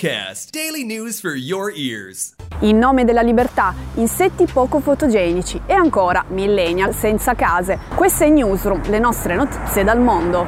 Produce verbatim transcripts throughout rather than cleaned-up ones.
Podcast, daily news for your ears. In nome della libertà, insetti poco fotogenici e ancora millennial senza case. Questa è Newsroom, le nostre notizie dal mondo.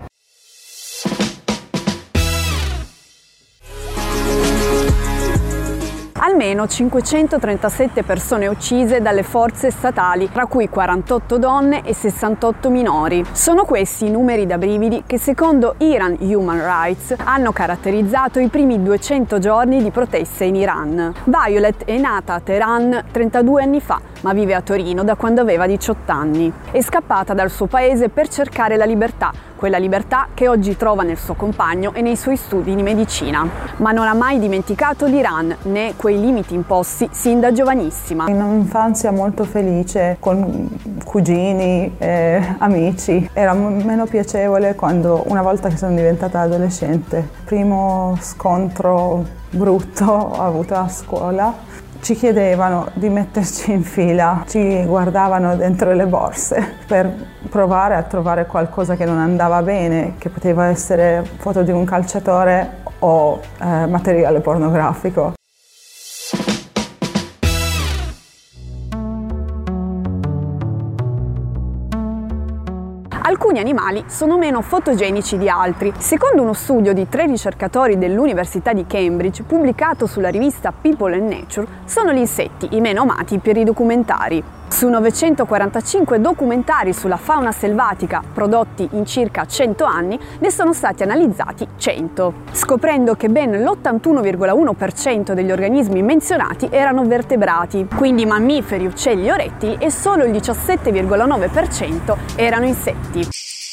Almeno cinquecentotrentasette persone uccise dalle forze statali, tra cui quarantotto donne e sessantotto minori. Sono questi i numeri da brividi che secondo Iran Human Rights hanno caratterizzato i primi duecento giorni di proteste in Iran. Violet è nata a Teheran trentadue anni fa, ma vive a Torino da quando aveva diciotto anni. È scappata dal suo paese per cercare la libertà, quella libertà che oggi trova nel suo compagno e nei suoi studi di medicina. Ma non ha mai dimenticato l'Iran, né quei limiti imposti sin da giovanissima. In un'infanzia molto felice, con cugini e amici. Era meno piacevole quando, una volta che sono diventata adolescente, primo scontro brutto ho avuto a scuola. Ci chiedevano di metterci in fila, ci guardavano dentro le borse per provare a trovare qualcosa che non andava bene, che poteva essere foto di un calciatore o eh, materiale pornografico. Alcuni animali sono meno fotogenici di altri. Secondo uno studio di tre ricercatori dell'Università di Cambridge, pubblicato sulla rivista People and Nature, sono gli insetti i meno amati per i documentari. Su novecentoquarantacinque documentari sulla fauna selvatica prodotti in circa cento anni, ne sono stati analizzati cento, scoprendo che ben l'ottantuno virgola uno per cento degli organismi menzionati erano vertebrati, quindi mammiferi, uccelli o rettili, e solo il diciassette virgola nove per cento erano insetti.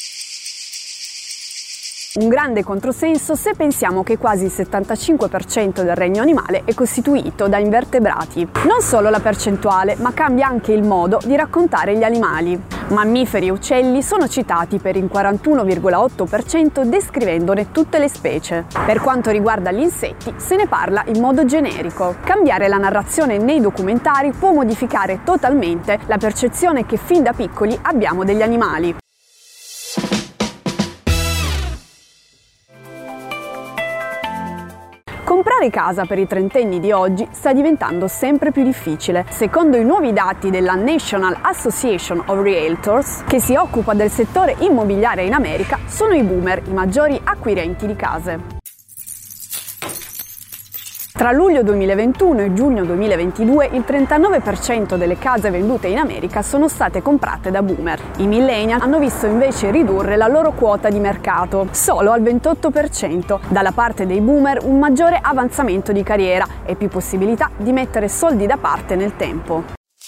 Un grande controsenso se pensiamo che quasi il settantacinque per cento del regno animale è costituito da invertebrati. Non solo la percentuale, ma cambia anche il modo di raccontare gli animali. Mammiferi e uccelli sono citati per il quarantuno virgola otto per cento, descrivendone tutte le specie. Per quanto riguarda gli insetti, se ne parla in modo generico. Cambiare la narrazione nei documentari può modificare totalmente la percezione che fin da piccoli abbiamo degli animali. Comprare casa per i trentenni di oggi sta diventando sempre più difficile. Secondo i nuovi dati della National Association of Realtors, che si occupa del settore immobiliare in America, sono i boomer i maggiori acquirenti di case. Tra luglio duemilaventuno e giugno duemilaventidue il trentanove per cento delle case vendute in America sono state comprate da boomer. I millennial hanno visto invece ridurre la loro quota di mercato, solo al ventotto per cento. Dalla parte dei boomer un maggiore avanzamento di carriera e più possibilità di mettere soldi da parte nel tempo.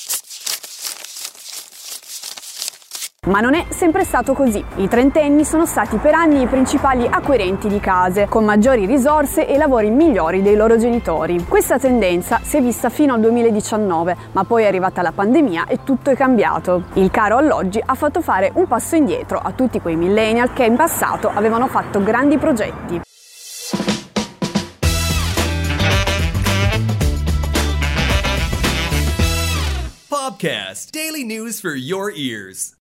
Ma non è sempre stato così. I trentenni sono stati per anni i principali acquirenti di case, con maggiori risorse e lavori migliori dei loro genitori. Questa tendenza si è vista fino al duemiladiciannove, ma poi è arrivata la pandemia e tutto è cambiato. Il caro alloggi ha fatto fare un passo indietro a tutti quei millennial che in passato avevano fatto grandi progetti. Podcast, daily news for your ears.